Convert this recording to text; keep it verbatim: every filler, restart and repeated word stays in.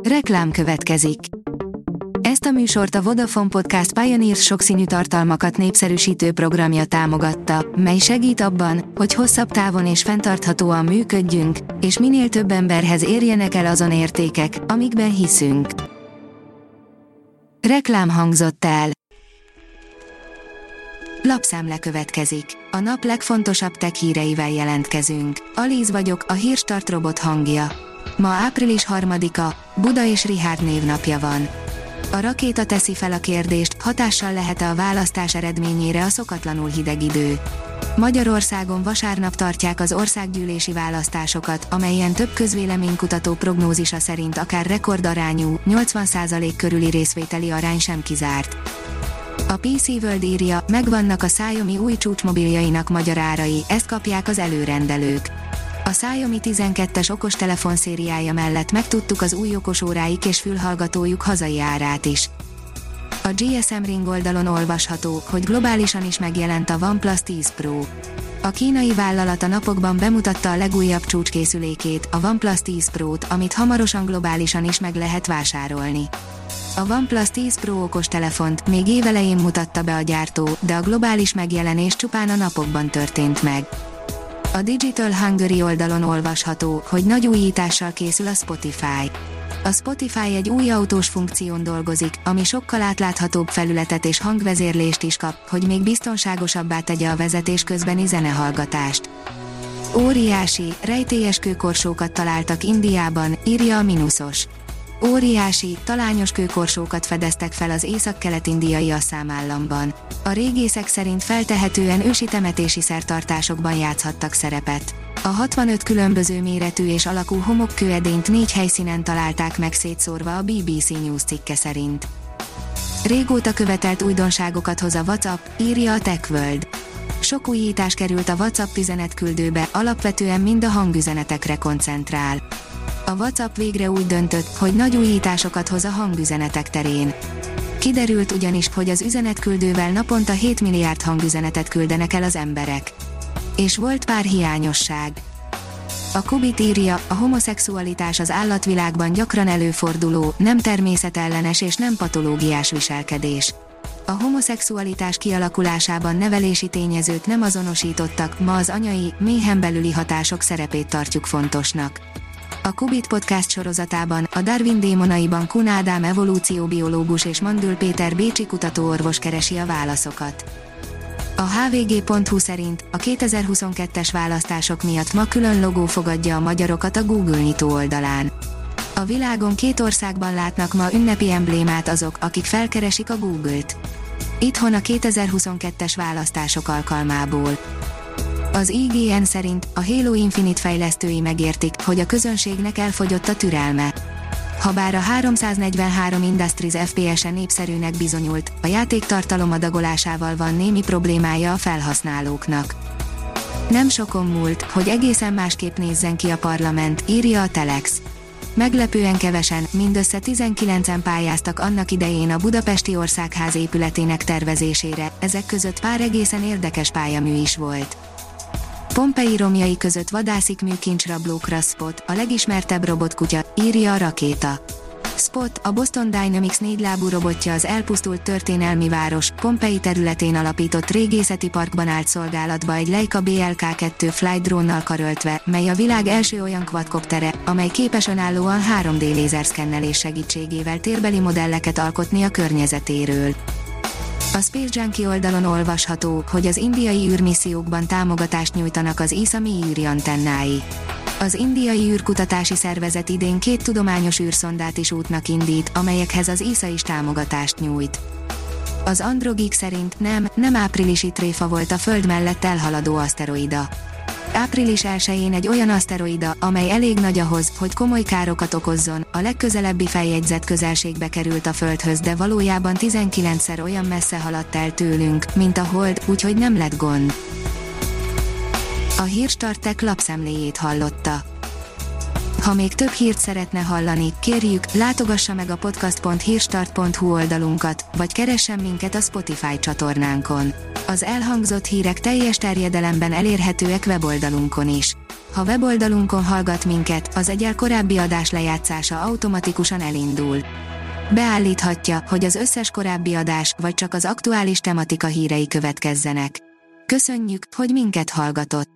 Reklám következik. Ezt a műsort a Vodafone Podcast Pioneers sokszínű tartalmakat népszerűsítő programja támogatta, mely segít abban, hogy hosszabb távon és fenntarthatóan működjünk, és minél több emberhez érjenek el azon értékek, amikben hiszünk. Reklám hangzott el. Lapszemle következik. A nap legfontosabb tech híreivel jelentkezünk. Alíz vagyok, a Hírstart robot hangja. Ma április harmadika, Buda és Richárd névnapja van. A rakéta teszi fel a kérdést, hatással lehet-e a választás eredményére a szokatlanul hideg idő. Magyarországon vasárnap tartják az országgyűlési választásokat, amelyen több közvéleménykutató prognózisa szerint akár rekordarányú, nyolcvan százalék körüli részvételi arány sem kizárt. A pé cé World írja, megvannak a Xiaomi új csúcsmobiljainak magyar árai, ezt kapják az előrendelők. A Xiaomi tizenkettes okostelefon szériája mellett megtudtuk az új okosóráik és fülhallgatójuk hazai árát is. A gé es em Ring oldalon olvasható, hogy globálisan is megjelent a OnePlus tíz Pro. A kínai vállalat a napokban bemutatta a legújabb csúcskészülékét, a OnePlus tíz Pro-t, amit hamarosan globálisan is meg lehet vásárolni. A OnePlus tíz Pro okostelefont még évelején mutatta be a gyártó, de a globális megjelenés csupán a napokban történt meg. A Digital Hungary oldalon olvasható, hogy nagy újítással készül a Spotify. A Spotify egy új autós funkción dolgozik, ami sokkal átláthatóbb felületet és hangvezérlést is kap, hogy még biztonságosabbá tegye a vezetés közbeni zenehallgatást. Óriási, rejtélyes kőkorsókat találtak Indiában, írja a Minusos. Óriási, talányos kőkorsókat fedeztek fel az észak-kelet-indiai Asszám államban. A régészek szerint feltehetően ősi temetési szertartásokban játszhattak szerepet. A hatvanöt különböző méretű és alakú homokkőedényt négy helyszínen találták meg szétszórva a bé bé cé News cikke szerint. Régóta követelt újdonságokat hoz a WhatsApp, írja a TechWorld. Sok újítás került a WhatsApp üzenetküldőbe, alapvetően mind a hangüzenetekre koncentrál. A WhatsApp végre úgy döntött, hogy nagy újításokat hoz a hangüzenetek terén. Kiderült ugyanis, hogy az üzenetküldővel naponta hét milliárd hangüzenetet küldenek el az emberek. És volt pár hiányosság. A Kubit írja, a homoszexualitás az állatvilágban gyakran előforduló, nem természetellenes és nem patológiás viselkedés. A homoszexualitás kialakulásában nevelési tényezőt nem azonosítottak, ma az anyai, méhen belüli hatások szerepét tartjuk fontosnak. A Kubit podcast sorozatában, a Darwin démonaiban Kun Ádám evolúcióbiológus és Mandül Péter bécsi kutatóorvos keresi a válaszokat. A há vé gé pont hú szerint a kétezer-huszonkettes választások miatt ma külön logó fogadja a magyarokat a Google nyitó oldalán. A világon két országban látnak ma ünnepi emblémát azok, akik felkeresik a Google-t. Itthon a kétezer-huszonkettes választások alkalmából. Az i gé en szerint a Halo Infinite fejlesztői megértik, hogy a közönségnek elfogyott a türelme. Habár a háromszáznegyvenhárom Industries ef pé es-e népszerűnek bizonyult, a játék tartalom adagolásával van némi problémája a felhasználóknak. Nem sokon múlt, hogy egészen másképp nézzen ki a parlament, írja a Telex. Meglepően kevesen, mindössze tizenkilencen pályáztak annak idején a Budapesti Országház épületének tervezésére, ezek között pár egészen érdekes pályamű is volt. Pompei romjai között vadászik műkincsrablókra Spot, a legismertebb robotkutya, írja a Rakéta. Spot, a Boston Dynamics négylábú robotja az elpusztult történelmi város, Pompei területén alapított régészeti parkban állt szolgálatba egy Leica bé el ká kettő flight drónnal karöltve, mely a világ első olyan quadcoptere, amely képes önállóan három dé lézerszkennelés segítségével térbeli modelleket alkotni a környezetéről. A Space Junkie oldalon olvasható, hogy az indiai űrmissziókban támogatást nyújtanak az i es á mély űri antennái. Az indiai űrkutatási szervezet idén két tudományos űrszondát is útnak indít, amelyekhez az i es á is támogatást nyújt. Az Androgeek szerint nem, nem áprilisi tréfa volt a Föld mellett elhaladó aszteroida. április elsején egy olyan aszteroida, amely elég nagy ahhoz, hogy komoly károkat okozzon, a legközelebbi feljegyzett közelségbe került a Földhöz, de valójában tizenkilencszer olyan messze haladt el tőlünk, mint a Hold, úgyhogy nem lett gond. A Hírstart Tech lapszemléjét hallotta. Ha még több hírt szeretne hallani, kérjük, látogassa meg a podcast pont hírstart pont hú oldalunkat, vagy keressen minket a Spotify csatornánkon. Az elhangzott hírek teljes terjedelemben elérhetőek weboldalunkon is. Ha weboldalunkon hallgat minket, az egyel korábbi adás lejátszása automatikusan elindul. Beállíthatja, hogy az összes korábbi adás, vagy csak az aktuális tematika hírei következzenek. Köszönjük, hogy minket hallgatott!